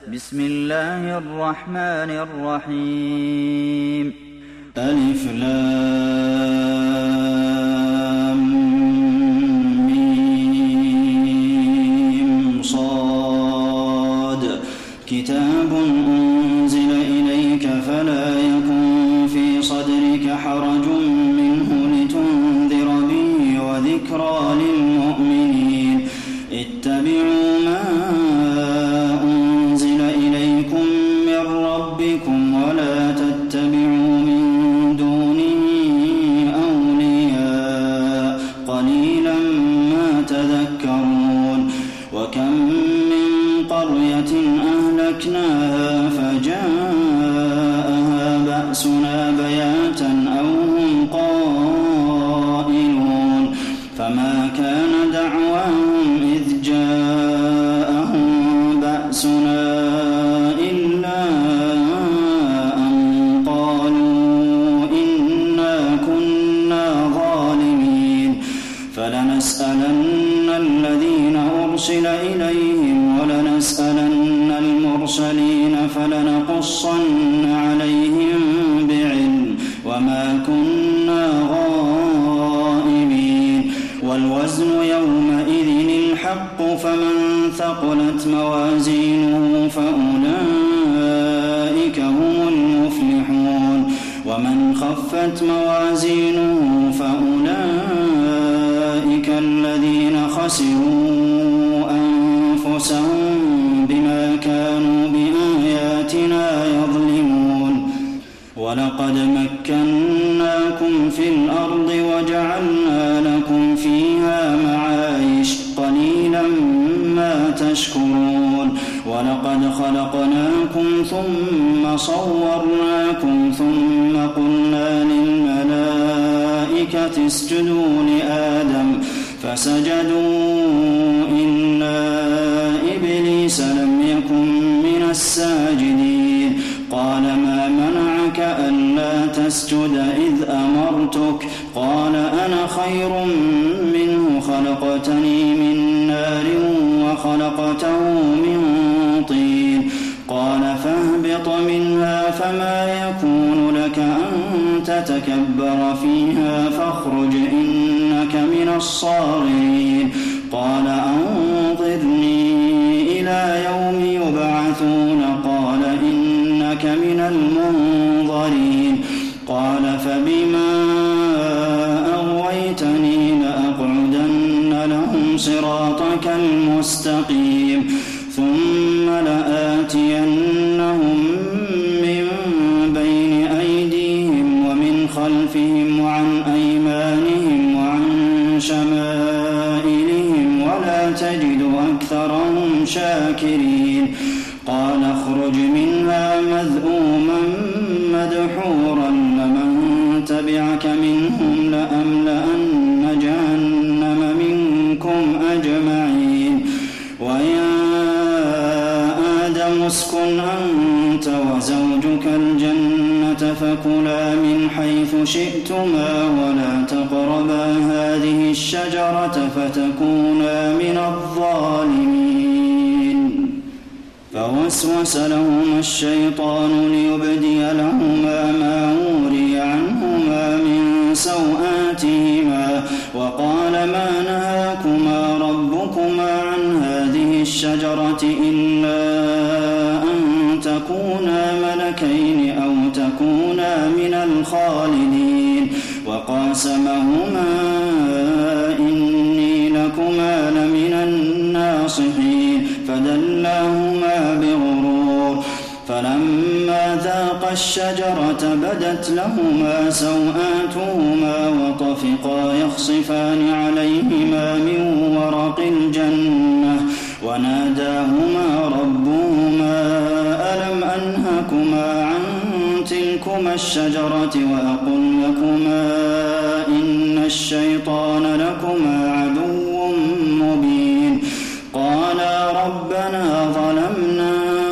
بسم الله الرحمن الرحيم ألف لام ميم صاد كتاب أنزل إليك فلا يكن في صدرك حرج منه لتنذر به وذكرى للمؤمنين اتبعوا ما أنزل إليكم من ربكم ولا تتبعوا من دونه أولياء قليلا ما تذكرون وكم من قرية أهلكناها فجاءها بأسنا بياتا أو هم قائلون فما كان دعواهم إذ جاءهم بأسنا إلا أن قالوا إنا كنا ظالمين فلنسألن الذين أرسل إليهم ولنسألن المرسلين فلنقصن عليهم بعلم وما كنا غائبين والوزن يومئذ الحق فمن ثقلت موازينه فأولئك هم المفلحون ومن خفت موازينه فأولئك الذين خسروا أنفسهم بما كانوا بآياتنا يظلمون ولقد مكناكم في الأرض وجعلنا لكم فيها معايش قليلا ما تشكرون ولقد خلقناكم ثم صورناكم ثم قلنا للملائكة اسجدوا لآدم فسجدوا إلا إبليس لم يكن من الساجدين قال ما منعك ألا تسجد إذ أمرتك قال أنا خير منه خلقتني من نار وخلقته من طين قال فاهبط منها فما يكون لك أن تتكبر فيها فاخرج إنك من الصاغرين قال أنظرني إلى يوم يبعثون قال إنك من المنظرين قال فبما أغويتني لأقعدن لهم صراطك المستقيم ثم لآتينهم من بين أيديهم ومن خلفهم وعن أيمانهم وعن شمائلهم ولا تجد أكثرهم شاكرين قال اخرج منها مذءوما مدحورا لمن تبعك منهم لأملأن جهنم منكم أجمعين ويا آدم اسكن أنت وزوجك الجنة فكلا من حيث شئتما ولا تقربا هذه الشجرة فتكونا من الظالمين فوسوس لهما الشيطان ليبدي لهما ما وري عنهما من سوآتهما وقال ما نهاكما ربكما عن هذه الشجرة إلا أن تكونا ملكين أو تكونا من الخالدين وقاسمهما إني لكما لمن الناصحين فدلاهما بغرور فلما ذاقا الشجرة بدت لهما سوآتهما وطفقا يخصفان عليهما من ورق الجنة وناداهما ربهما ألم أنهكما عن تلكما الشجرة وأقل لكما إن الشيطان لكما عدو مبين قالا ربنا ظلمنا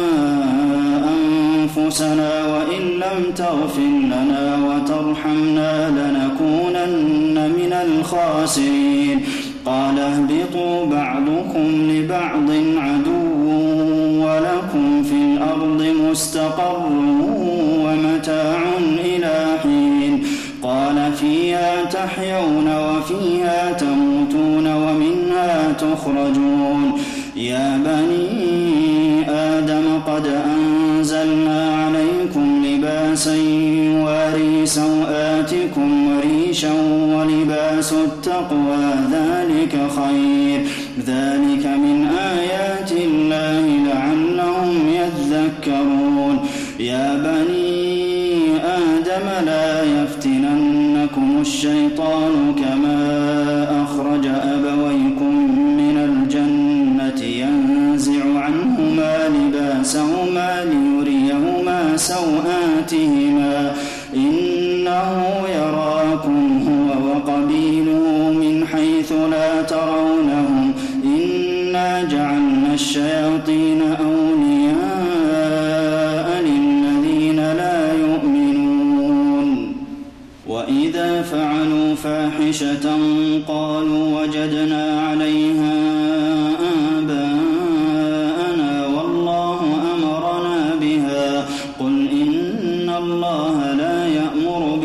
أنفسنا وإن لم تغفر لنا وترحمنا لنكونن من الخاسرين قال اهبطوا بعضكم لبعض عدو ولكم في في الأرض مستقر ومتاع إلى حين قال فيها تحيون وفيها تموتون ومنها تخرجون يا بني آدم قد أنزلنا عليكم لباسا يواري سوآتكم وريشا ولباس التقوى ذلك خير ذلك من آيات الله لعلهم يذكرون يا بني آدم لا يفتننكم الشيطان كما أخرج أبويكم من الجنة ينزع عنهما لباسهما ليريهما سوآتهما إنه يراكم هو وقبيله من حيث لا ترونهم إنا جعلنا الشياطين أولياء للذين لا يؤمنون وإذا فعلوا فاحشة قالوا وجدنا عليها آباءنا والله أمرنا بها قل إن الله لا يأمر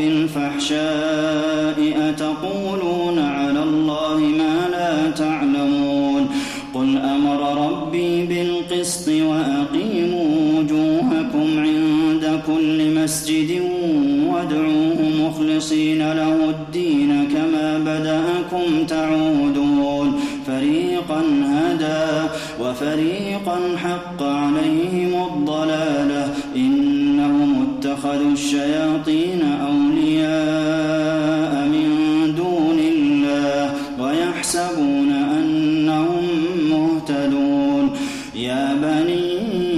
بالفحشاء أتقولون على الله ما لا تعلمون قل أمر ربي بالقسط وأقيموا وجوهكم عند كل مسجد وادعوه مخلصين له الدين كما بدأكم تعودون فريقا هدى وفريقا حق عليهم الضلالة إنهم اتخذوا الشياطين أولياء من دون الله ويحسبون أنهم مهتدون يا بني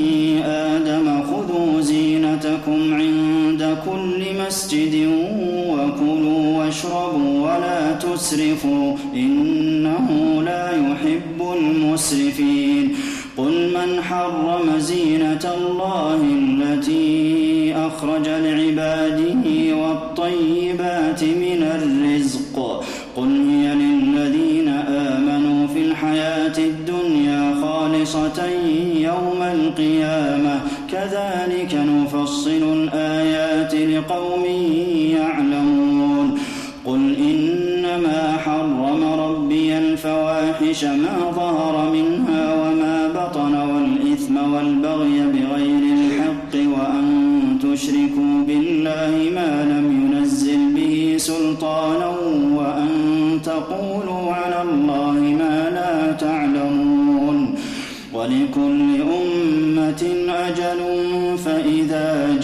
آدم خذوا زينتكم عند كل مسجد وكلوا واشربوا ولا تسرفوا إنه لا يحب المسرفين قل من حرم زينة الله التي أخرج لعباده والطيبات من الرزق قل هي للذين آمنوا في الحياة الدنيا خالصة يوم القيامة كذلك نفصل الآيات لقوم يعلمون قل إنما حرم ربي الفواحش ما ظهر منها وما بطن والإثم والبغي بغير الحق وأن تشركوا بالله ما لم ينزل به سلطانا وأن تقولوا على الله ما لا تعلمون ولكل أمة أجل فإذا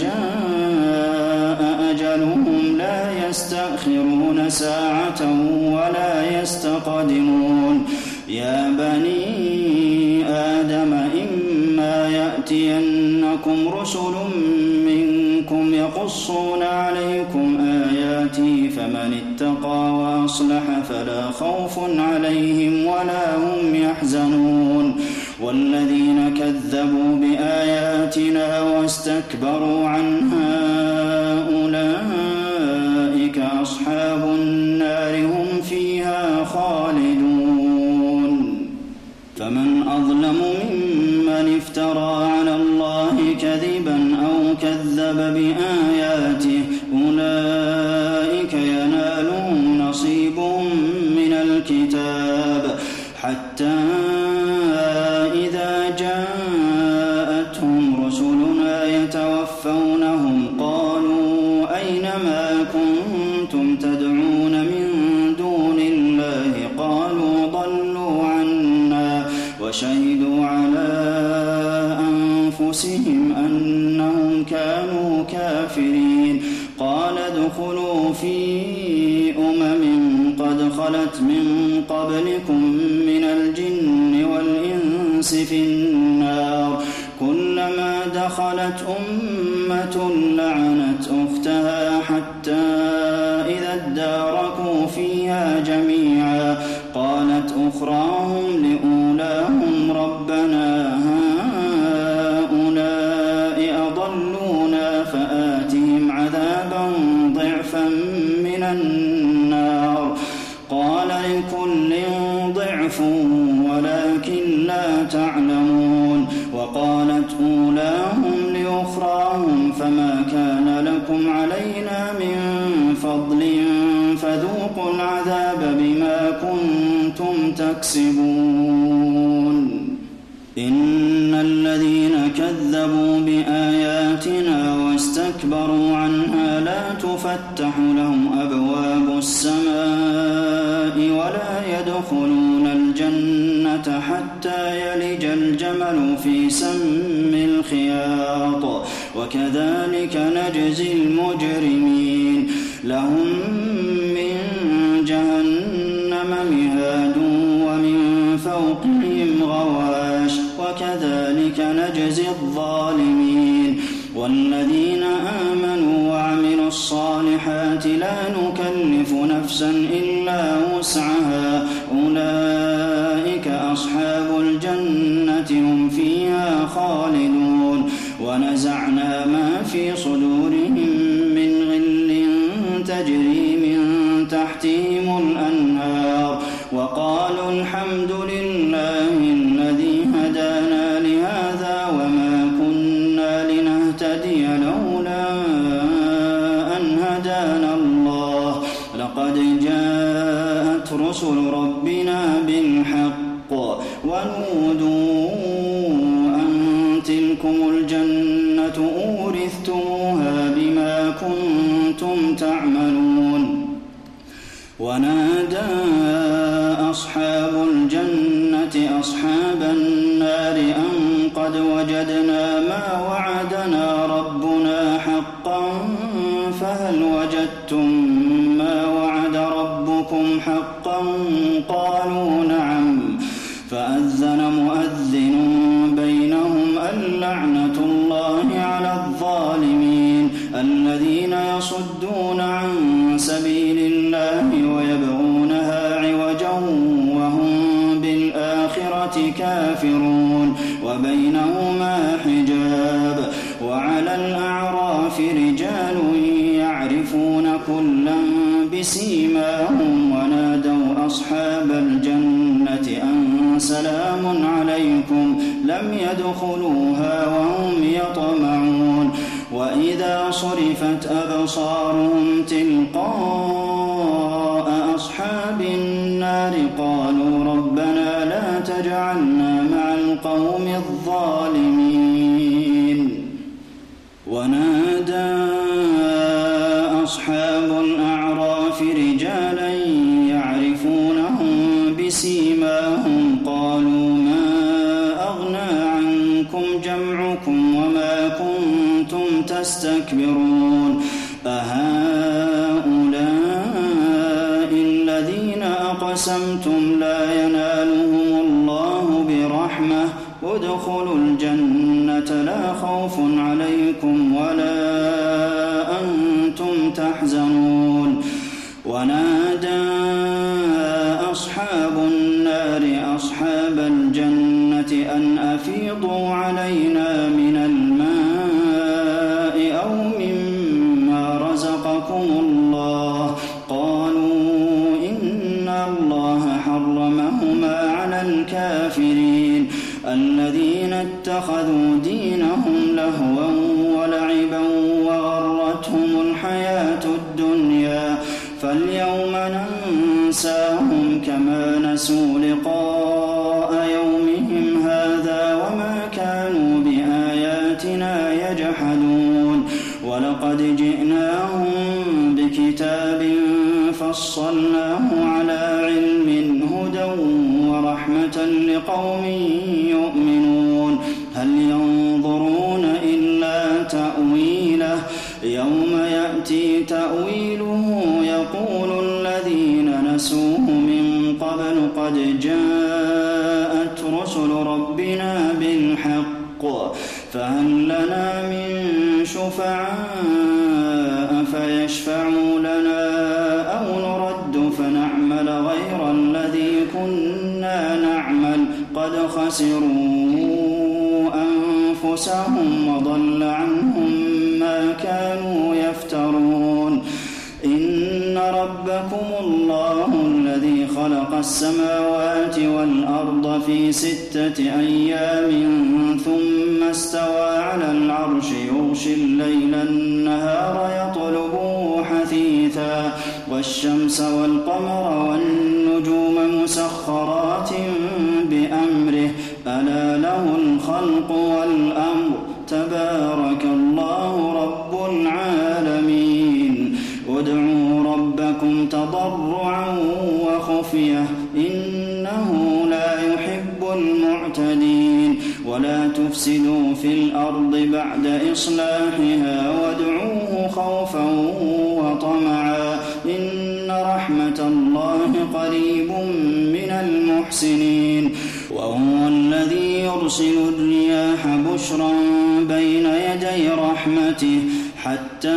جاء أجلهم لا يستأخرون ساعة ولا يستقدمون يا بني آدم إما يأتينكم رسل منكم يقصون عليكم آياتي فمن اتقى وأصلح فلا خوف عليهم ولا هم يحزنون والذين كذبوا بآياتنا واستكبروا عنها أولئك أصحاب النار هم فيها خالدون فمن أظلم ممن افترى على الله كذبا أو كذب بآياته أولئك ينالهم نصيبهم من الكتاب حتى إذا جاءتهم رسلنا يتوفونهم قالوا أين ما كنتم تدعون من دون الله قالوا ضلوا عنا وشهدوا على أنفسهم أنهم كانوا كافرين قال ادخلوا في قد خلت من قبلكم من الجن والإنس في النار كلما دخلت أمة لعنت أختها حتى إذا اداركوا فيها جميعا قالت أخراهم لأولاهم ربنا هؤلاء أضلونا فآتهم عذابا ضعفا من النار قال لكل ضعف ولكن لا تعلمون وقالت أولاهم علينا من فضل فذوقوا العذاب بما كنتم تكسبون إن الذين كذبوا بآياتنا واستكبروا عنها لا تفتح لهم أبواب السماء ولا يدخلون الجنة حتى يلج الجمل في سم الخياط وكذلك نجزي المجرمين لهم من جهنم مهاد ومن فوقهم غواش وكذلك نجزي الظالمين والذين آمنوا وعملوا الصالحات لا نكلف نفسا إلا وسعها أولئك أصحاب الجنة هم فيها خالدون ونزعنا ما في صدورهم من غل تجري من تحتهم الأنهار وقالوا الحمد لله الذي هدانا لهذا وما كنا لنهتدي لولا أن هدانا الله لقد جاءت رسل ربنا بالحق ونودوا أن تلكم الجنة أورثتموها بما كنتم تعملون ونادى أصحاب الجنة أصحاب النار أن قد وجدنا ما وعدنا ربنا حقا فهل وجدتم ما وعد ربكم حقا قالوا نعم فأذن مؤذن بينهم اللعنة الله على الظالمين الذين يصدون عن سبيل الله ويبغونها عوجا وهم بالآخرة كافرون وبينهما حجاب وعلى الأعراف رجال يعرفون كلا بسيماهم ونادوا أصحاب الجنة أن سلام عليكم لم يدخلوها وهم يطمعون وإذا صرفت أبصارهم تلقاء أصحاب النار قالوا ربنا لا تجعلنا مع القوم الظالمين ونادى أصحاب الأعراف رجالا يعرفونهم بسيماهم قالوا ما أغنى عنكم جمعكم وما كنتم تستكبرون أهؤلاء الذين أقسمتم لا ينالهم الله برحمة ادخلوا الجنة لا خوف عليكم ولا أنتم تحزنون ونادى أصحاب النار أصحاب الجنة أن أفيضوا علينا من الماء أو مما رزقكم الله قالوا إن الله حرمهما على الكافرين الذين اتخذوا دينهم لهوا ولعبا وغرتهم الحياة الدنيا فاليوم ننساهم كما نسوا لقاء يومهم هذا وما كانوا بآياتنا يجحدون ولقد جئناهم بكتاب فصلناه على علم هدى ورحمة لقوم يؤمنون هل ينظرون إلا تأويله يوم يأتي تأويله يقول الذين نسوه من قبل قد جاءت رسل ربنا بالحق فهل لنا من شفعاء فيشفعوا لنا أو نرد فنعمل غير الذي كنا نعمل قد خسروا أنفسهم وضل عنهم ما كانوا يفترون إن ربكم الله الذي خلق السماوات والأرض في 6 أيام ثم استوى على العرش يغشي الليل النهار يطلبه نكدا والشمس والقمر والنجوم مسخرات بأمره ألا له الخلق والأمر تبارك الله رب العالمين ادعوا ربكم تضرعا وخفية إنه لا يحب المعتدين ولا تفسدوا في الأرض بعد إصلاحها وادعوه خوفا وطمعا إن رحمة الله قريب من المحسنين وهو الذي يرسل الرياح بشرا بين يدي رحمته حتى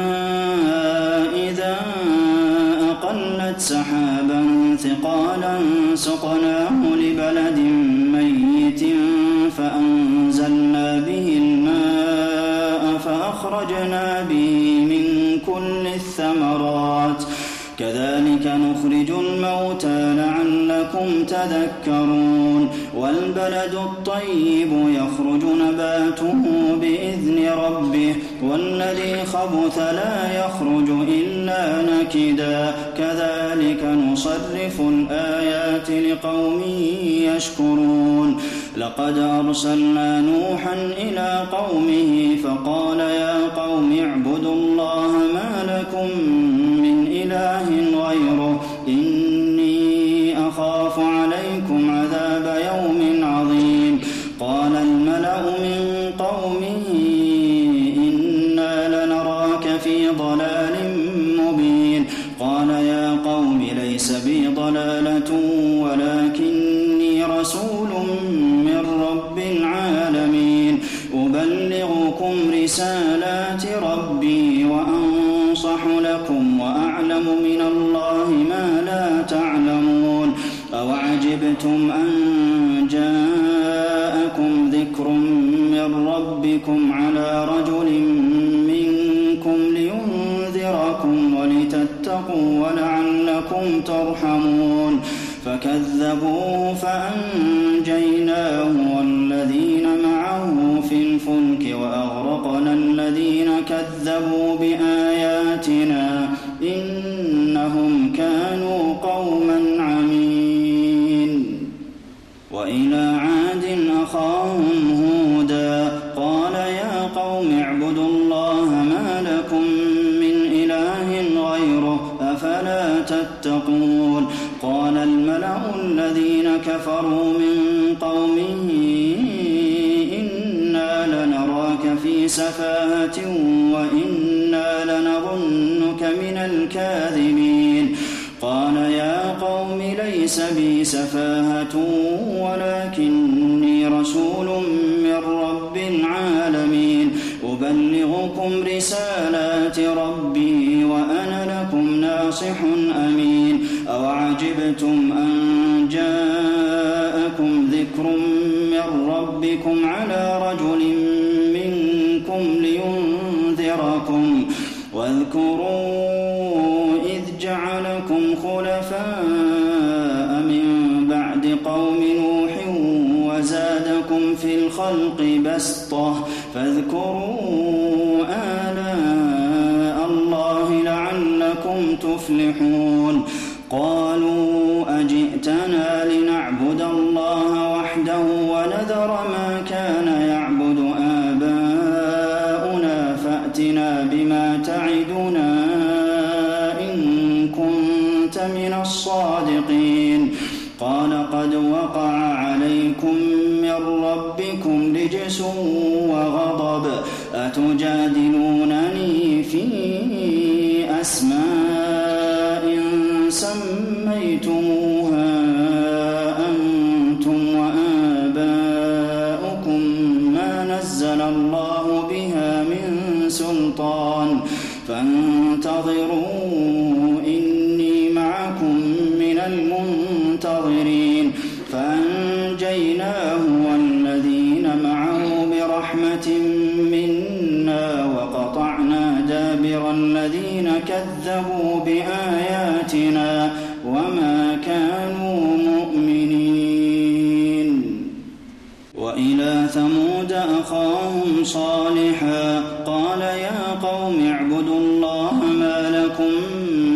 إذا أقلت سحابا ثقالا سقناه لبلد ميت فأنزلنا به الماء فأخرجنا به من كل الثمرات كذلك نخرج الموتى لعلكم تذكرون والبلد الطيب يخرج نباته بإذن ربه والذي خبث لا يخرج إلا نكدا كذلك نصرف الآيات لقوم يشكرون لقد أرسلنا نوحا إلى قومه فقال يا قوم اعبدوا الله ما لكم من إله غيره إني أخاف عليكم عذاب يوم عظيم قال الملأ من قومه إنا لنراك في ضلال مبين قال يا قوم ليس بي ضلالة ولكني رسول من رب العالمين أبلغكم رسالات ربي وأنصح لكم وأعلم من الله ما لا تعلمون أوعجبتم أن جاءكم ذكر من ربكم على رجل منكم لينذركم ولتتقوا ولعلكم ترحمون فكذبوه فأنجيناه والذين معه في الفلك وأغرقنا الذين كذبوا بآياتنا إنهم كانوا قوما عمين وإلى عاد أخاهم هودا قال يا قوم اعبدوا الله ما لكم من إله غيره أفلا تتقون قال الملأ الذين كفروا من قومه إنا لنراك في سفاهة وإنا لنظنك من الكاذبين قال يا قوم ليس بي سفاهة ولكني رسول من رب العالمين أبلغكم رسالات ربي وأنا لكم ناصح أمين أوعجبتم أن جاءكم ذكر من ربكم على رجل منكم لينذركم واذكروا إذ جعلكم خلفاء من بعد قوم نوح وزادكم في الخلق بسطة فاذكروا آلاء الله لعلكم تفلحون قالوا أجئتنا لنعبد الله وحده ونذر ما كان يعبد آباؤنا فأتنا بما تعدنا إن كنت من الصادقين قال قد وقع عليكم من ربكم رجس وغضب أتجادلونني في أسماء سميتموها أنتم وآباؤكم ما نزل الله بها من سلطان فانتظروا إني معكم من المنتظرين فأنجيناه والذين معه برحمة منا وقطعنا دابر الذين كذبوا بآياتنا وما كانوا مؤمنين وإلى ثمود أخاهم صالحا قال يا قوم اعبدوا الله ما لكم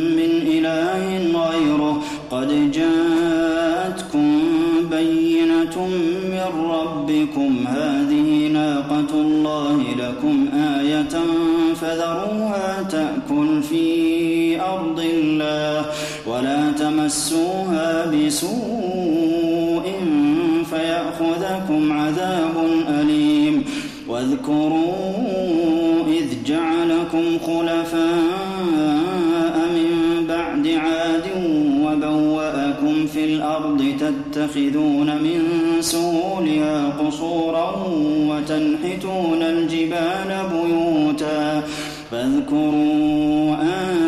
الله لكم آية فذروها تأكل في أرض الله ولا تمسوها بسوء فيأخذكم عذاب أليم واذكروا إذ جعلكم خلفاء من بعد عاد وبوأكم في الأرض تتخذون من سهولها قصورا وتنحتون الجبال بيوتا فاذكروا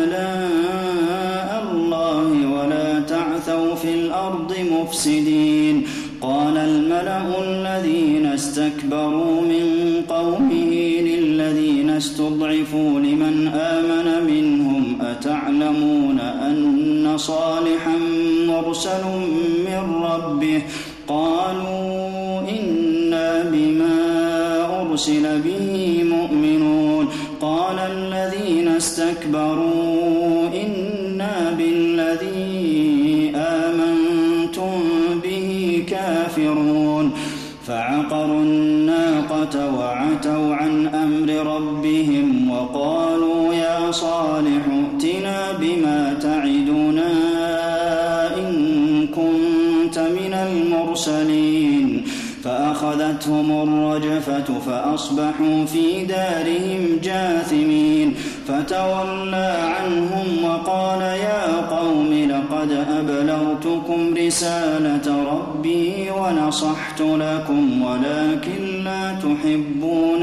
آلاء الله ولا تعثوا في الأرض مفسدين قال الملأ الذين استكبروا من قومه للذين استضعفوا لمن آمن منهم أتعلمون أن صالحا مرسل من ربه قالوا إنا بما أرسل به مؤمنون قال الذين استكبروا إنا بالذي آمنتم به كافرون فعقروا الناقة وعتوا عن أمر ربهم وقالوا يا صالح ائتنا بما تعدنا إن كنت من المرسلين فأخذتهم الرجفة فأصبحوا في دارهم جاثمين فتولى عنهم وقال يا قوم لقد أبلغتكم رسالة ربي ونصحت لكم ولكن لا تحبون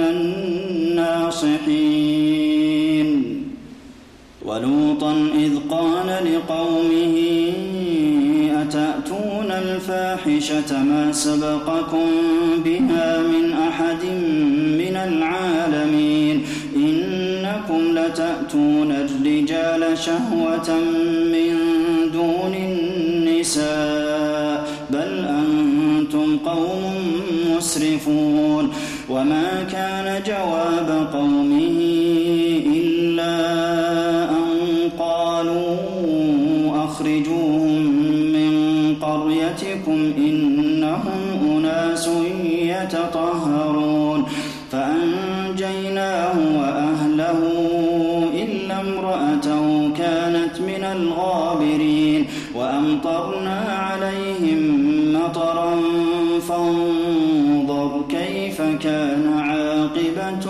الناصحين ولوطا إذ قال لقومه أتأتون الفاحشة ما سبقكم بها من أحد من العالمين إنكم لتأتون الرجال شهوة من دون النساء بل أنتم قوم مسرفون وما كان جواب قومه إلا أن قالوا أخرجوهم من قريتكم إنهم أناس يتطهرون فأنجيناه وأهله إلا امرأته كانت من الغابرين وأمطرنا عليهم مطرا فانظر كيف كان عاقبة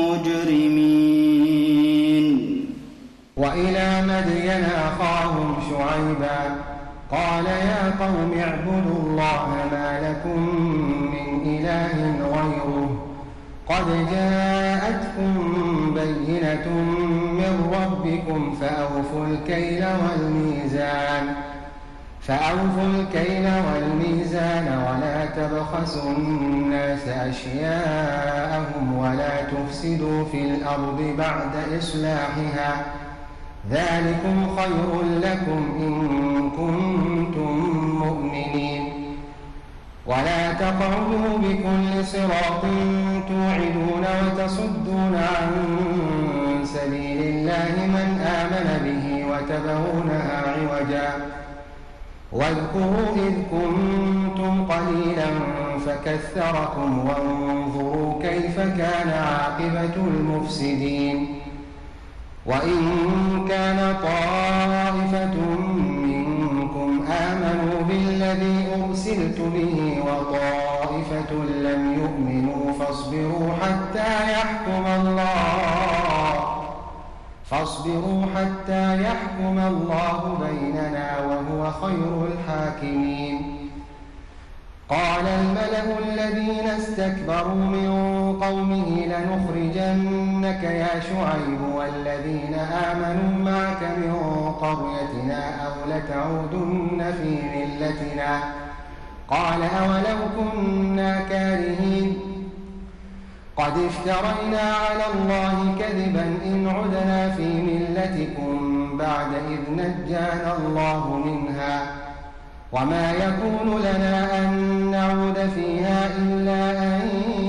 المجرمين وإلى مدين أخاهم شعيبا قال يا قوم اعبدوا الله ما لكم من إله غيره قد جاءتكم بينة من ربكم فأوفوا الكيل والميزان ولا تبخسوا الناس أشياءهم ولا تفسدوا في الأرض بعد إصلاحها ذلكم خير لكم إن كنتم مؤمنين ولا تقعدوا بكل صراط توعدون وتصدون عن سبيل الله من آمن به وتبغونها عوجا واذكروا إذ كنتم قليلا فكثركم وانظروا كيف كان عاقبة المفسدين وإن كان طائفة منكم آمنوا بالذي أرسلت به وطائفة لم يؤمنوا فاصبروا حتى يحكم الله بيننا وهو خير الحاكمين قال الملأ الذين استكبروا من قومه لنخرجنك يا شعيب والذين آمنوا معك من قريتنا أو لتعودن في ملتنا قال أولو كنا كارهين قد افترينا على الله كذبا إن عدنا في ملتكم بعد إذ نجانا الله منها وما يكون لنا أن نعود فيها إلا أن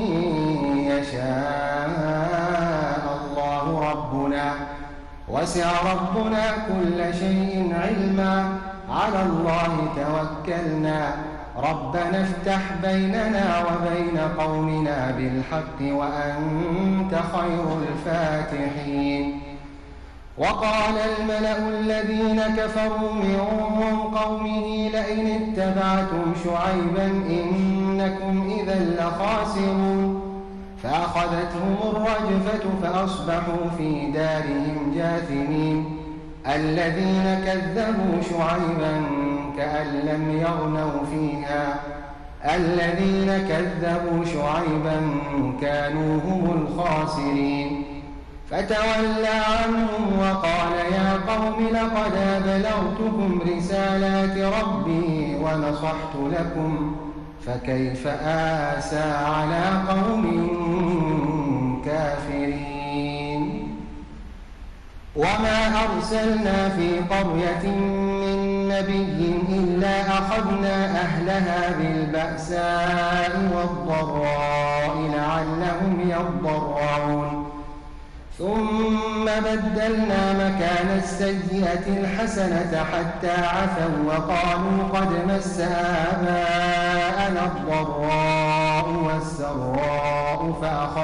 يشاء الله ربنا وسع ربنا كل شيء علما على الله توكلنا ربنا افتح بيننا وبين قومنا بالحق وأنت خير الفاتحين. وقال الملأ الذين كفروا من قومه لئن اتبعتم شعيبا إنكم إذا لخاسرون فأخذتهم الرجفة فأصبحوا في دارهم جاثمين. الذين كذبوا شعيبا كأن لم يغنوا فيها الذين كذبوا شعيبا كانوا هم الخاسرين. فتولى عنهم وقال يا قوم لقد أبلغتكم رسالات ربي ونصحت لكم فكيف آسى على قوم كافرين. وما أرسلنا في قرية من نبي إلا أخذنا أهلها بالبأساء والضراء لعلهم يضرعون ثم بدلنا مكان السيئة الحسنة حتى عفوا وقالوا قد مس آباءنا الضراء والسراء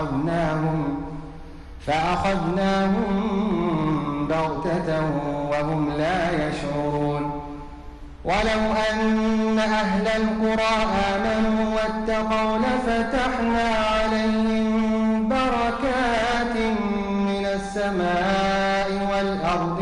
فأخذناهم بغتة وهم لا يشعرون. ولو أن أهل القرى آمنوا واتقوا لفتحنا عليهم بركات من السماء والأرض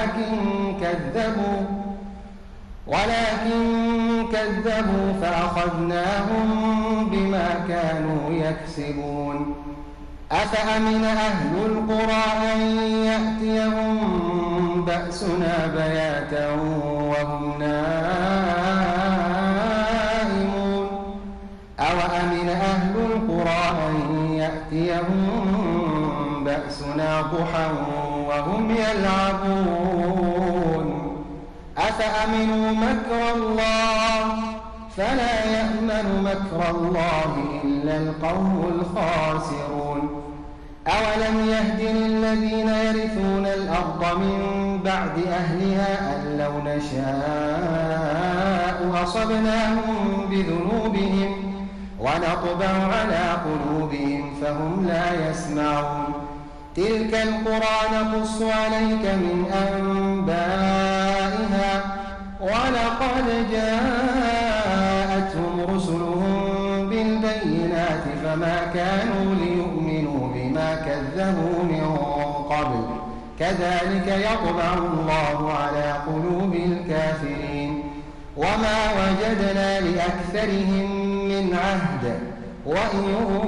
ولكن كذبوا فأخذناهم بما كانوا يكسبون. أفأمن أهل القرى أن يأتيهم بأسنا بياتا وهم نائمون أوأمن أهل القرى أن يأتيهم بأسنا ضحى وهم يلعبون. أفأمنوا مكر الله فلا يأمن مكر الله إلا القوم الخاسرون. أولم يهد للذين يرثون الأرض من بعد أهلها أن لو نشاء أصبناهم بذنوبهم ونطبع على قلوبهم فهم لا يسمعون. تلك القرى نقص عليك من أنبائها ولقد جاءتهم رسلهم بالبينات فما كانوا ليؤمنوا بما كذبوا من قبل كذلك يطبع الله على قلوب الكافرين. وما وجدنا لأكثرهم من عهد وإن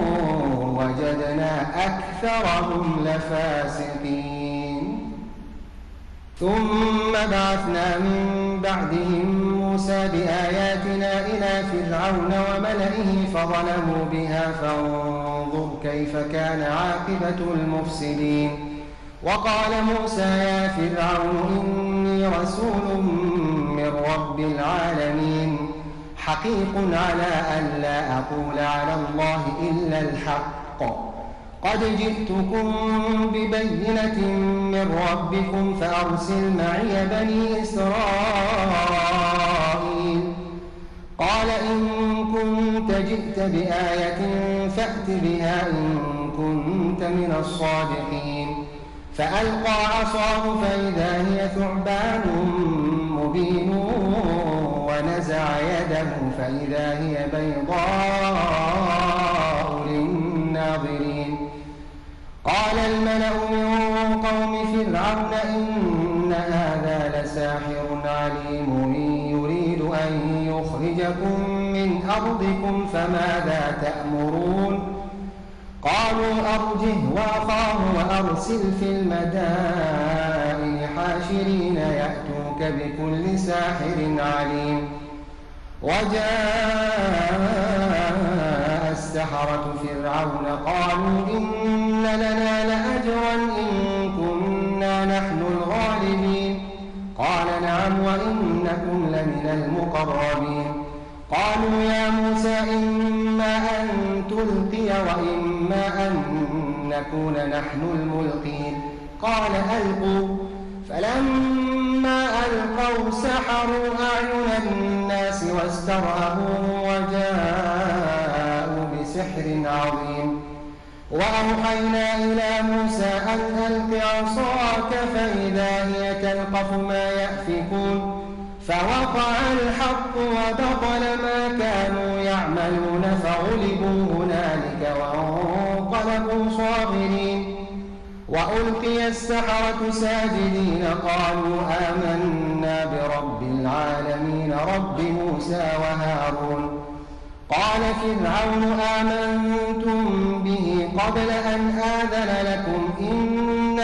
وجدنا أكثرهم لفاسقين. ثم بعثنا من بعدهم موسى بآياتنا إلى فرعون وملئه فظلموا بها فانظر كيف كان عاقبة المفسدين. وقال موسى يا فرعون إني رسول من رب العالمين حقيق على أن لا أقول على الله إلا الحق قد جئتكم ببينة من ربكم فأرسل معي بني إسرائيل. قال إن كنت جئت بآية فأت بها إن كنت من الصادقين. فألقى عصاه فإذا هي ثعبان مبين ونزع يده فإذا هي بيضاء للناظرين. قال الملأ من قوم فرعون إن هذا لساحر عليم يريد أن يخرجكم من أرضكم فماذا تأمرون. قالوا أرجه وأخاه وأرسل في المدائن حاشرين يأتوك بكل ساحر عليم. وجاء السحرة فرعون قالوا إن لنا لأجرا إن كنا نحن الغالبين. قال نعم وإنكم لمن المقربين. قالوا يا موسى إما أن تلقي وإما أن نكون نحن الملقين. قال ألقوا فلما ألقوا سحروا أعين الناس واسترهبوهم وجاءوا بسحر عظيم. وأوحينا إلى موسى أن ألق عصاك فإذا هي تلقف ما يأفكون فوقع الحق وبطل ما كانوا يعملون فغلبوا هنالك وانقلبوا صاغرين. وألقي السحرة ساجدين قالوا آمنا برب العالمين رب موسى وهارون. قال فرعون آمنتم به قبل أن آذن لكم إن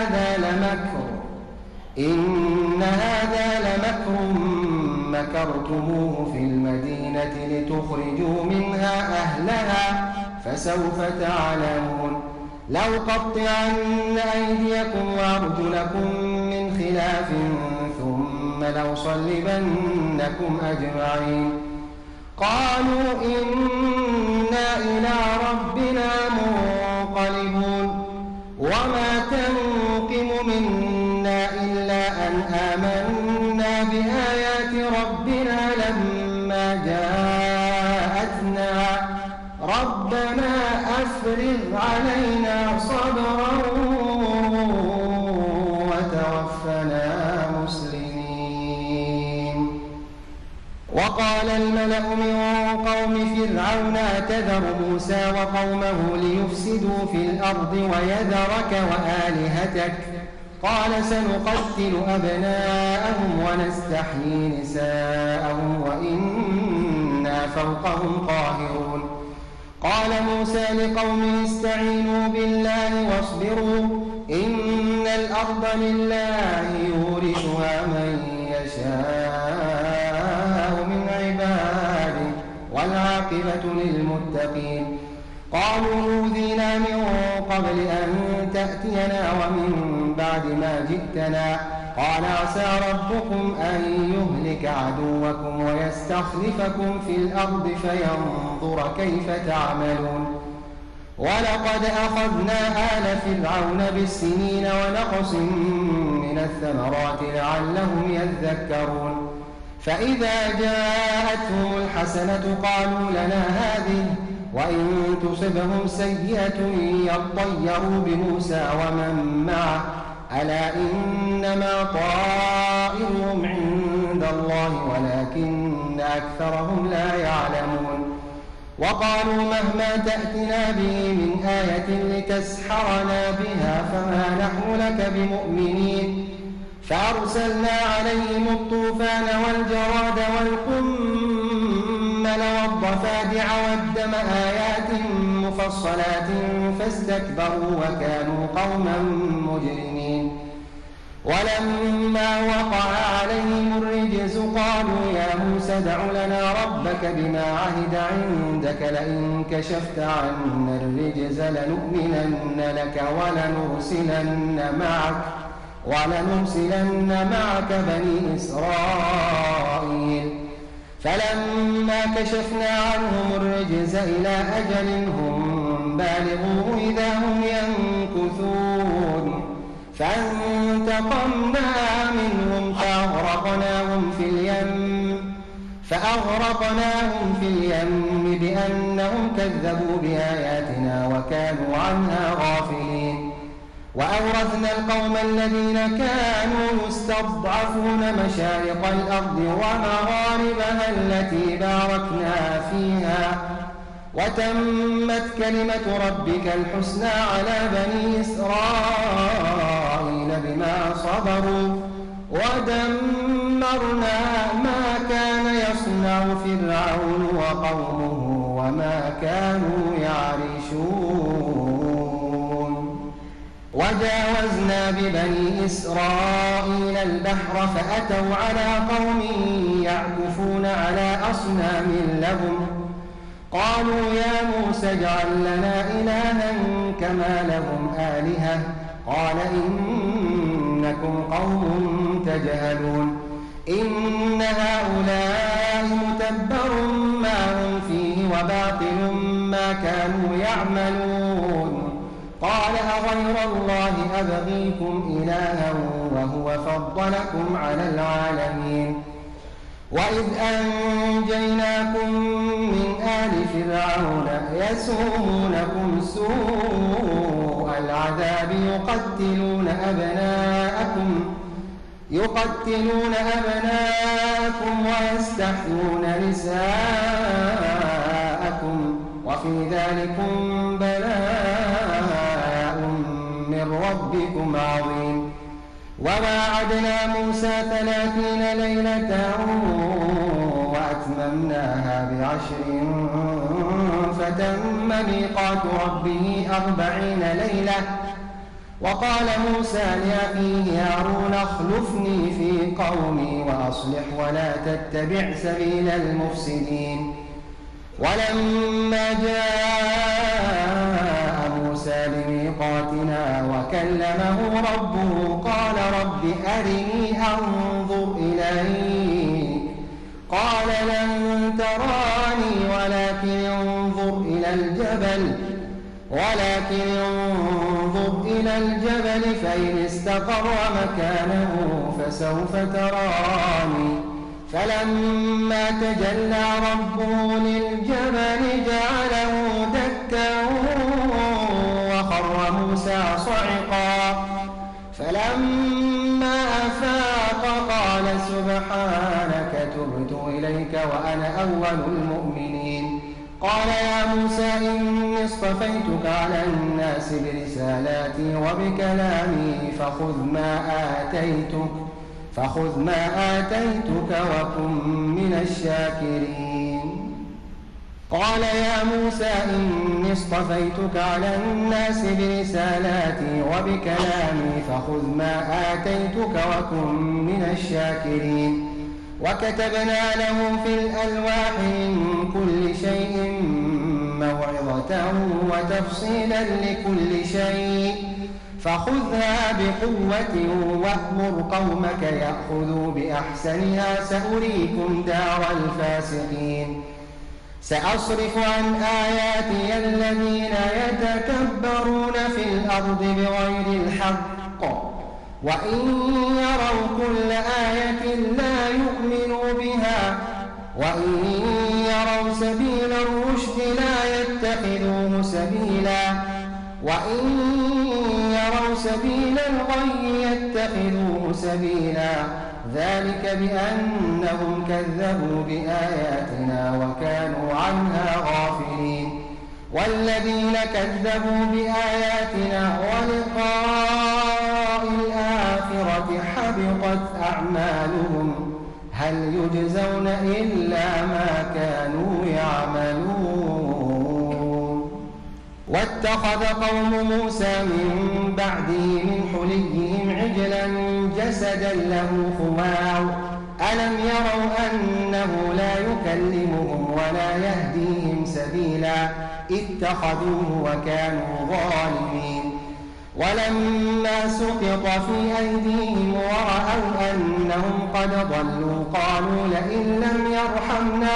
هذا لمكر مكرتموه في المدينة لتخرجوا منها أهلها فسوف تعلمون. لأقطعن أيديكم وأرجلكم من خلاف ثم لأصلبنكم أجمعين. قالوا إنا إلى ربنا منقلبون. وما تنقم منا إلا أن آمنا بآيات ربنا لما جاءتنا ربنا أفرغ علينا صبرا وتوفنا مسلمين. وقال الملأ من قوم فرعون أتذر موسى وقومه ليفسدوا في الأرض ويذرك وآلهتك قال سنقتل أبناءهم ونستحيي نساءهم وإنا فوقهم قاهرون. قال موسى لقومه استعينوا بالله واصبروا إن الأرض لله يورثها من يشاء من عباده والعاقبة للمتقين. قالوا أوذينا من قبل أن تأتينا ومن بعد ما جئتنا قال عسى ربكم أن يهلك عدوكم ويستخلفكم في الأرض فينظر كيف تعملون. ولقد أخذنا آل فرعون بالسنين ونقص من الثمرات لعلهم يذكرون. فإذا جاءتهم الحسنة قالوا لنا هذه وإن تصبهم سيئة يطيروا بموسى ومن معه ألا إنما طائرهم عند الله ولكن أكثرهم لا يعلمون. وقالوا مهما تأتنا به من آية لتسحرنا بها فما نحن لك بمؤمنين. فأرسلنا عليهم الطوفان والجراد والقمل والضفادع والدم آيات مفصلات فاستكبروا وكانوا قوما مجرمين. ولما وقع عليهم الرجز قالوا يا موسى ادع لنا ربك بما عهد عندك لئن كشفت عنا الرجز لنؤمنن لك ولنرسلن معك بني إسرائيل. فلما كشفنا عنهم الرجز إلى أجل هم بالغوه إذا هم ينكثون فانتقمنا منهم فأغرقناهم في اليم بأنهم كذبوا بآياتنا وكانوا عنها غافلين. وأورثنا القوم الذين كانوا يستضعفون مشارق الأرض ومغاربها التي باركنا فيها وتمت كلمة ربك الحسنى على بني إسرائيل بما صبروا ودمرنا ما كان يصنع فرعون وقومه وما كانوا يعرشون. وجاوزنا ببني إسرائيل البحر فأتوا على قوم يعكفون على أصنام لهم قالوا يا موسى اجعل لنا إلها كما لهم آلهة قال إنكم قوم تجهلون. إن هؤلاء متبر ما هم فيه وباطل ما كانوا يعملون. قال أغير الله أبغيكم إلها وهو فضلكم على العالمين وإذ أنجيناكم من آل فرعون يسومونكم سوء العذاب يقتلون أبناءكم ويستحيون نساءكم وفي ذلكم بلاء من ربكم عظيم وواعدنا موسى 30 ليلة وأتممناها ب10 فتم ميقات ربه 40 ليلة وقال موسى لأخيه هارون اخلفني في قومي وأصلح ولا تتبع سبيل المفسدين ولما جاء موسى لميقاتنا وكلمه ربه قال رب أرني أنظر إليك قال لن تراني ولكن انظر إلى الجبل فإن استقر مكانه فسوف تراني فلما تجلى ربه للجبل جعله دكا وخر موسى صعقا فلما أفاق قال سبحانك تبت إليك وأنا أول المؤمنين قال يا موسى إني اصطفيتك على الناس برسالاتي وبكلامي فخذ ما آتيتك وكن من الشاكرين قال يا موسى إني اصطفيتك على الناس برسالاتي وبكلامي فخذ ما آتيتك وكن من الشاكرين وكتبنا له في الألواح من كل شيء موعظة وتفصيلا لكل شيء فخذها بقوة وأمر قومك يأخذوا بأحسنها سأريكم دار الفاسقين سأصرف عن آياتي الذين يتكبرون في الأرض بغير الحق وإن يروا كل آية لا يؤمنوا بها وإن يروا سبيل الرشد لا يتخذوه سبيلا وإن يروا سبيل الغي يتخذوه سبيلا ذلك بأنهم كذبوا بآياتنا وكانوا عنها غافلين والذين كذبوا بآياتنا ولقاء الآخرة حبطت أعمالهم هل يجزون إلا ما كانوا يعملون واتخذ قوم موسى من بعده من حليهم عجلا جسدا له خوار ألم يروا أنه لا يكلمهم ولا يهديهم سبيلا اتخذوه وكانوا ظالمين ولما سقط في أيديهم ورأوا أنهم قد ضلوا قالوا لئن لم يرحمنا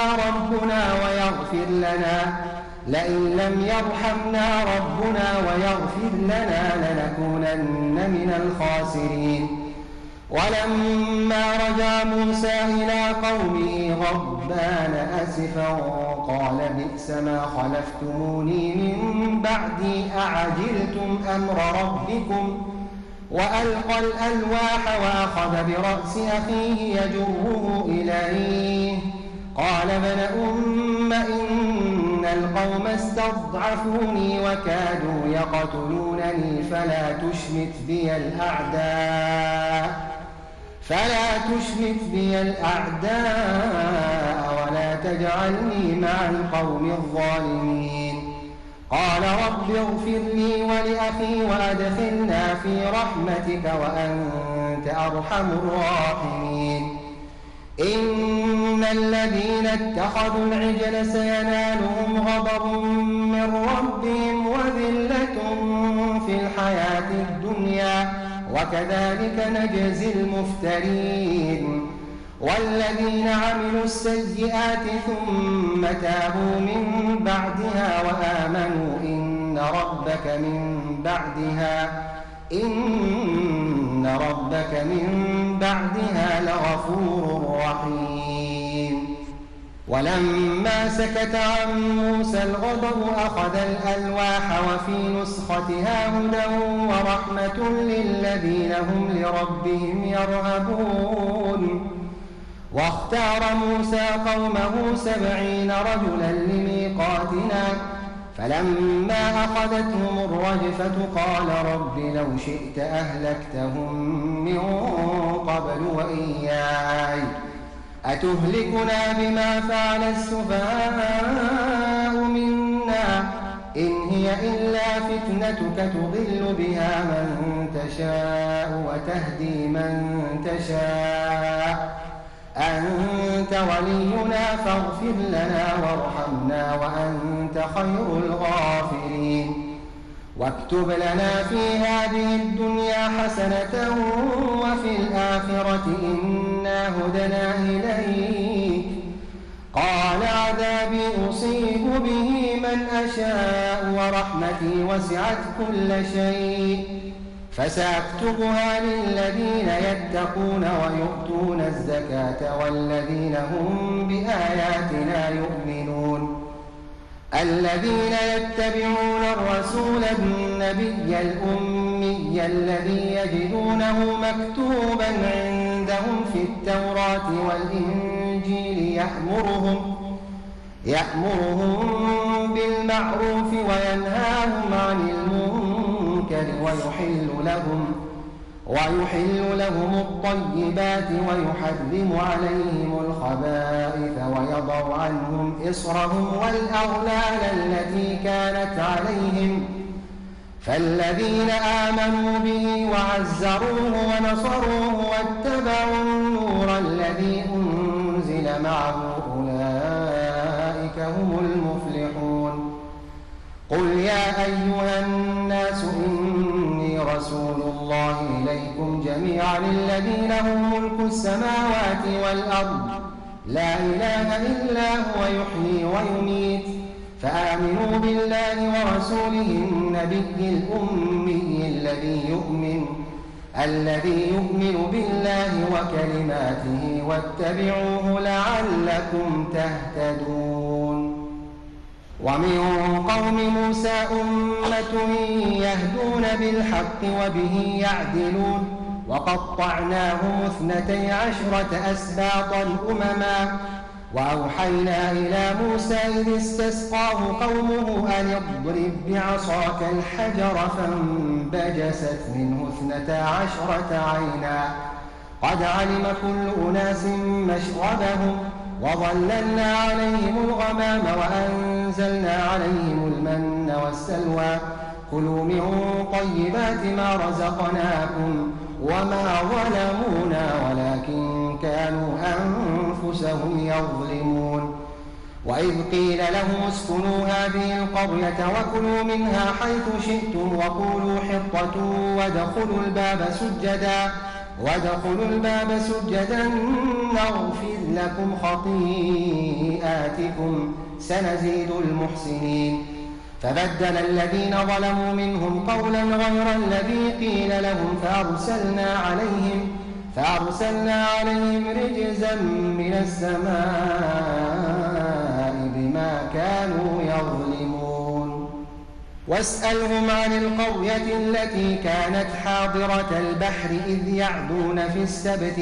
ربنا ويغفر لنا لنكونن من الخاسرين ولما رجع موسى إلى قومه غضبان أسفا قال بئس ما خلفتموني من بعدي أعجلتم أمر ربكم وألقى الألواح وأخذ برأس أخيه يجره إليه قال ابن أم إن القوم استضعفوني وكادوا يقتلونني فلا تشمت بي الأعداء ولا تجعلني مع القوم الظالمين قال رب اغفر لي ولأخي وأدخلنا في رحمتك وأنت أرحم الراحمين إن الذين اتخذوا العجل سينالهم غضب من ربهم وذلة في الحياة الدنيا وكذلك نجزي المفترين والذين عملوا السيئات ثم تابوا من بعدها وآمنوا إن إن ربك من بعدها لغفور رحيم. ولما سكت عن موسى الغضب أخذ الألواح وفي نسختها هدى ورحمة للذين هم لربهم يرهبون. واختار موسى قومه 70 رجلا لميقاتنا فلما أخذتهم الرجفة قال رب لو شئت أهلكتهم من قبل وإياي أتهلكنا بما فعل السفهاء منا إن هي إلا فتنتك تضل بها من تشاء وتهدي من تشاء أنت ولينا فاغفر لنا وارحمنا وأنت خير الغافرين. واكتب لنا في هذه الدنيا حسنة وفي الآخرة إنا هدنا إليك. قال عذابي أصيب به من أشاء ورحمتي وسعت كل شيء فسأكتبها للذين يتقون ويؤتون الزكاة والذين هم بآياتنا يؤمنون. الذين يتبعون الرسول النبي الأمي الذي يجدونه مكتوبا عندهم في التوراة والإنجيل يأمرهم بالمعروف وينهاهم عن المنكر ويحل لهم الطيبات ويحرم عليهم الخبائث ويضع عنهم إصرهم والأغلال التي كانت عليهم. فالذين آمنوا به وعزروه ونصروه واتبعوا النور الذي أنزل معه أولئك هم المفلحون. قل يا أيها الناس إني رسول الله إليكم جميعا الذي له ملك السماوات والأرض لا إله إلا هو يحيي ويميت فآمنوا بالله ورسوله النبي الأمي الذي يؤمن بالله وكلماته واتبعوه لعلكم تهتدون. ومن قوم موسى أمة يهدون بالحق وبه يعدلون وقطعناهم 12 أسباطا أمما وأوحينا إلى موسى إذ استسقاه قومه أن اضرب بعصاك الحجر فانبجست منه 12 عينا قد علم كل أناس مشربهم وظللنا عليهم الغمام وأنزلنا عليهم المن والسلوى كلوا من طيبات ما رزقناكم وما ظلمونا ولكن كانوا أنفسهم يظلمون. وإذ قيل لهم اسكنوا هذه القرية وكلوا منها حيث شئتم وقولوا حطة وادخلوا الباب سجدا نغفر لكم خطيئاتكم سنزيد المحسنين. فبدل الذين ظلموا منهم قولا غير الذي قيل لهم فأرسلنا عليهم رجزا من السماء بما كانوا يظلمون. واسألهم عن القرية التي كانت حاضرة البحر إذ يعدون في السبت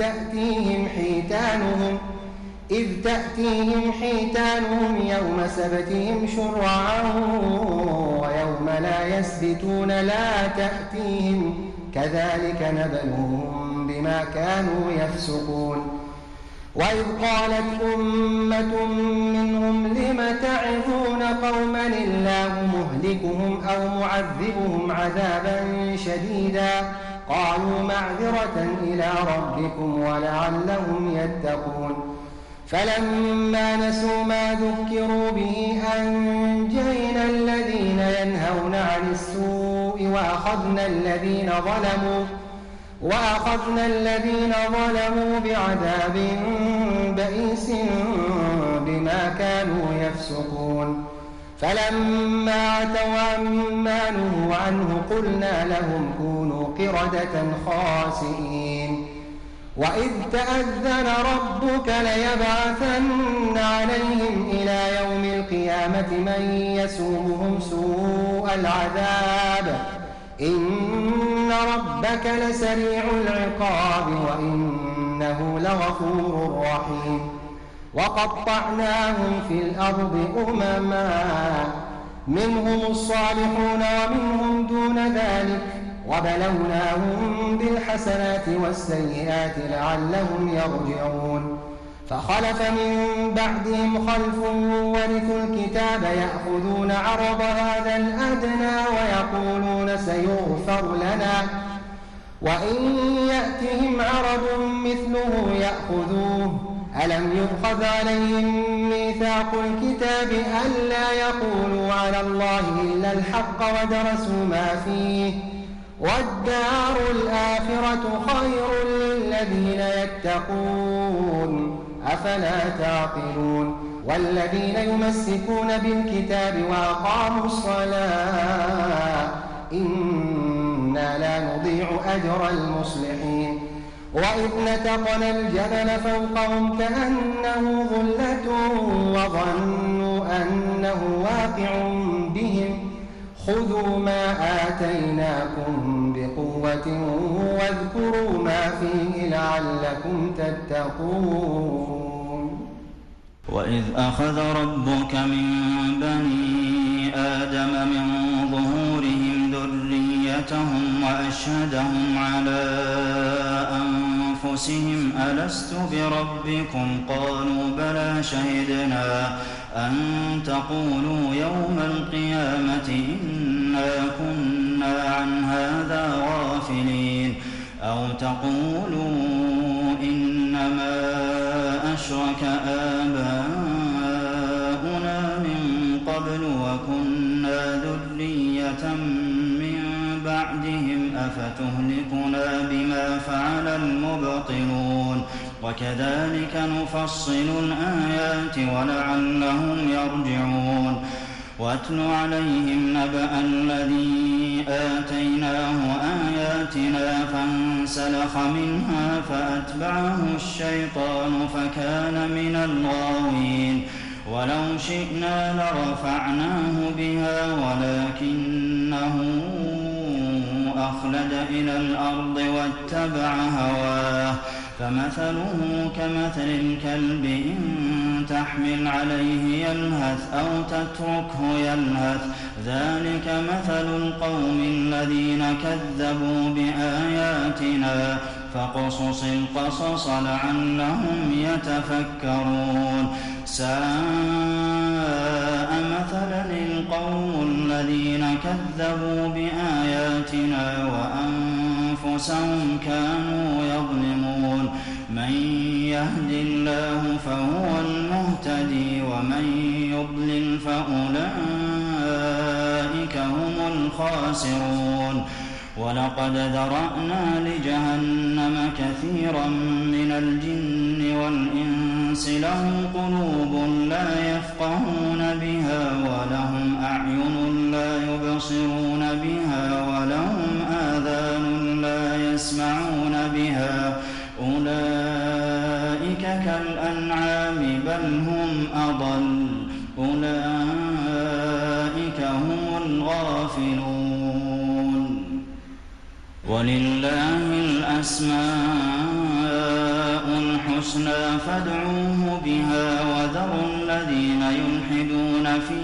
إذ تأتيهم حيتانهم يوم سبتهم شرعا ويوم لا يسبتون لا تأتيهم كذلك نبلوهم بما كانوا يفسقون. وإذ قالت أمة منهم لم تعظون قوما الله مهلكهم أو معذبهم عذابا شديدا قالوا معذرة إلى ربكم ولعلهم يتقون. فلما نسوا ما ذكروا به أنجينا الذين ينهون عن السوء وأخذنا الذين ظلموا بعذاب بئيس بما كانوا يفسقون. فلما عتوا عما نهوا عنه قلنا لهم كونوا قردة خاسئين وإذ تأذن ربك ليبعثن عليهم إلى يوم القيامة من يسومهم سوء العذاب إن ربك لسريع العقاب وإنه لغفور رحيم وقطعناهم في الأرض أمما منهم الصالحون ومنهم دون ذلك وبلوناهم بالحسنات والسيئات لعلهم يرجعون فخلف من بعدهم خلف ورثوا الكتاب يأخذون عرض هذا الأدنى ويقولون سيغفر لنا وإن يأتهم عرض مثله يأخذوه ألم يؤخذ عليهم ميثاق الكتاب ألا يقولوا على الله إلا الحق ودرسوا ما فيه والدار الآخرة خير للذين يتقون أفلا تعقلون والذين يمسكون بالكتاب وأقاموا الصلاة إنا لا نضيع أجر المصلحين وإذ نتقنا الجبل فوقهم كأنه ظلة وظنوا أنه واقع بهم خذوا ما آتيناكم بقوة واذكروا ما فيه لعلكم تتقون وإذ أخذ ربك من بني آدم من ظهورهم ذريتهم وأشهدهم على أنفسهم ألست بربكم قالوا بلى شهدنا أن تقولوا يوم القيامة إنا كنا عن هذا غافلين أو تقولوا إنما أشرك آباؤنا من قبل وكنا ذرية من بعدهم أفتهلكنا بما فعل المبطلون وكذلك نفصل الآيات ولعلهم يرجعون واتل عليهم نبأ الذي آتيناه آياتنا فانسلخ منها فأتبعه الشيطان فكان من الغاوين ولو شئنا لرفعناه بها ولكنه أخلد إلى الأرض واتبع هواه فمثله كمثل الكلب إن تحمل عليه يلهث أو تتركه يلهث ذلك مثل القوم الذين كذبوا بآياتنا فاقصص القصص لعلهم يتفكرون ساء مثلا القوم الذين كذبوا بآياتنا وأنفسهم كانوا يظلمون من يهد الله فهو المهتدي ومن يضلل فأولئك هم الخاسرون ولقد ذرأنا لجهنم كثيرا من الجن والإنس لهم قلوب لا يفقهون بها ولهم أعين لا يبصرون بها ولهم آذان لا يسمعون بها أولئك كالأنعام بل هم أضل أولئك هم الغافلون ولله الأسماء الحسنى فادعوه بها وذروا الذين يلحدون في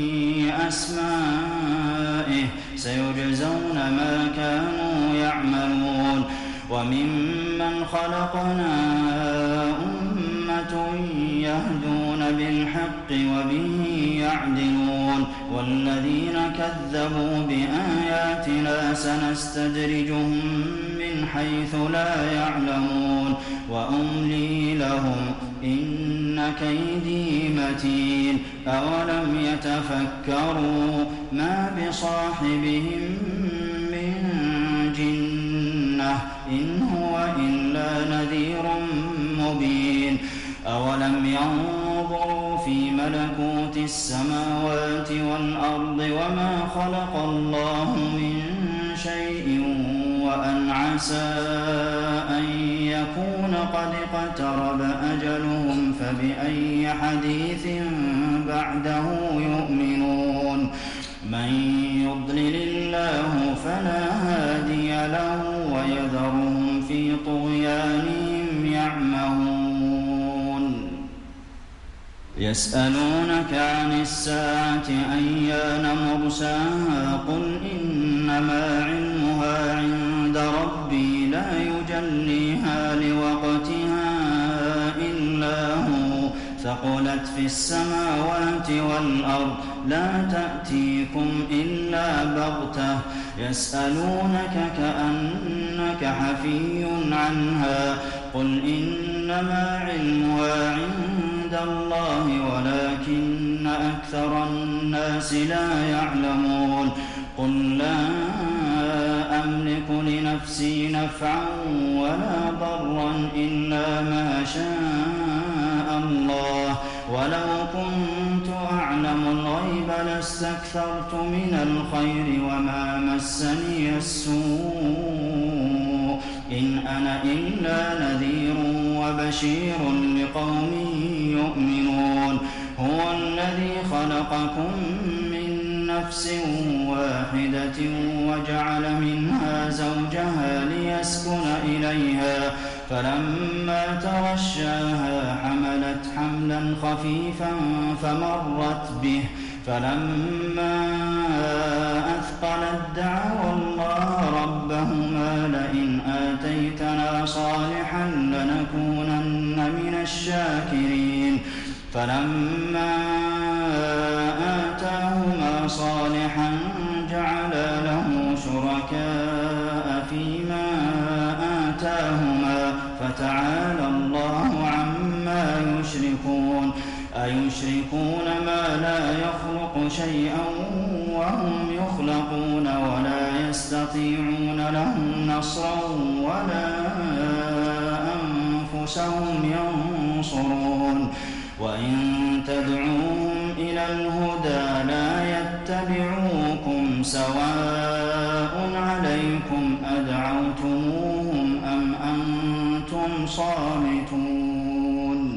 أسمائه سيجزون ما كانوا يعملون وممن خلقنا أمة يهدون بالحق وبه يعدلون والذين كذبوا بآياتنا سنستدرجهم من حيث لا يعلمون وأملي لهم إن كيدي متين أولم يتفكروا ما بصاحبهم من جنة إن هو إلا نذير مبين أولم ينظروا في ملكوت السماوات والأرض وما خلق الله من شيء وأن عسى أن يكون قد اقترب أجلهم فبأي حديث بعده يؤمنون من يضلل الله فلا هادي له ويذرهم في طغيانهم يعمهون يسألونك عن الساعة أيان مرساها قل إنما علمها عند ربي لا يجليها لوقتها إلا هو ثقلت في السماوات والأرض لا تأتيكم إلا بغتة يسألونك كأنك حفي عنها قل إنما علمها عند الله ولكن أكثر الناس لا يعلمون قل لا أملك لنفسي نفعا ولا ضرا إلا ما شاء الله ولو كنت أعلم الغيب لاستكثرت من الخير وما مسني السوء إن أنا إلا نذير وبشير لقوم يؤمنون هو الذي خلقكم من نفس واحدة وجعل منها زوجها ليسكن إليها فلما تغشاها حملت حملا خفيفا فمرت به فلما أثقلت دعوا الله ربهما لئن آتيتنا صالحا لنكونن من الشاكرين فلما آتاهما صالحا جعلا له شركاء فيما آتاهما فتعالى الله عما يشركون أيشركون ما لا يخلق شيئا وهم يخلقون ولا يستطيعون لهم نصرا ولا أنفسهم ينصرون وإن تدعوهم إلى الهدى لا يتبعوكم سواء عليكم أدعوتموهم أم أنتم صامتون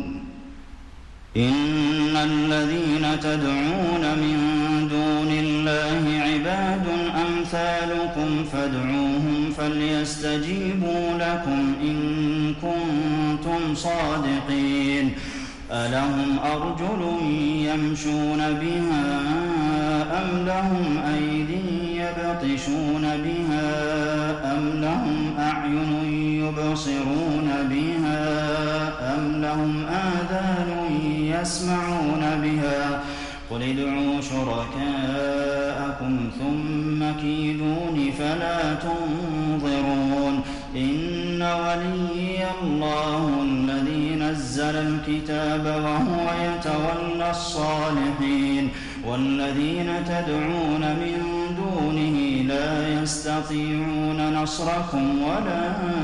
إن الذين تدعون من دون الله عباد أمثالكم فادعوهم فليستجيبوا لكم إن كنتم صادقين ألهم أرجل يمشون بها أم لهم أيد يبطشون بها أم لهم أعين يبصرون بها أم لهم آذان يسمعون بها قل ادعوا شركاءكم ثم كيدون فلا تنظرون إن وليي الله الذي نزل الكتاب وهو يتولى الصالحين والذين تدعون من دونه لا يستطيعون نصركم ولا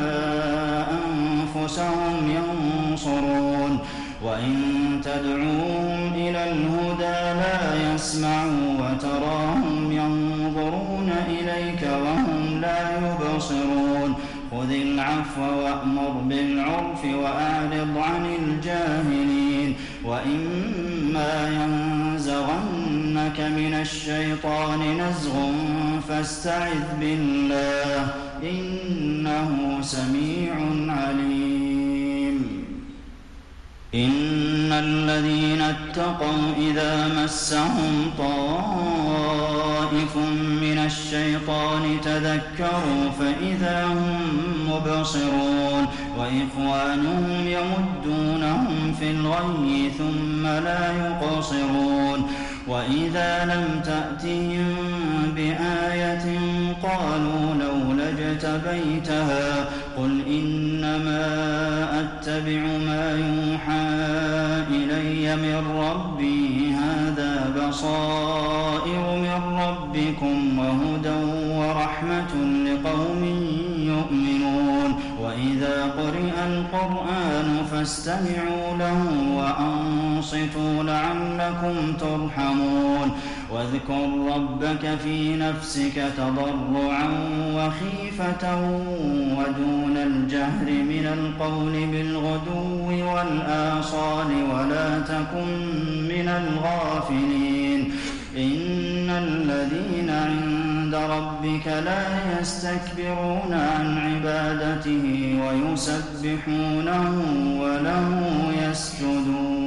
أنفسهم ينصرون وإن تدعوهم إلى الهدى لا يسمعوا وتراهم ينظرون إليك وهم لا يبصرون خذ العفو وأمر بالعرف وأعرض عن الجاهلين وإما ينزغنك من الشيطان نزغ فاستعذ بالله إنه سميع عليم إن الذين اتقوا إذا مسهم طائف من الشيطان تذكروا فإذا هم مبصرون وإخوانهم يمدونهم في الغي ثم لا يقصرون وإذا لم تأتهم بآية قالوا لولا اجتبيتها قل إنما أتبع ما يوحى إلي من ربي هذا بصائر من ربكم وهدى ورحمة لقوم يؤمنون وإذا قرئ القرآن فاستمعوا له وأنصتوا وأنصتوا لعلكم ترحمون واذكر ربك في نفسك تضرعا وخيفة ودون الجهر من القول بالغدو والآصال ولا تكن من الغافلين إن الذين عند ربك لا يستكبرون عن عبادته ويسبحونه وله يسجدون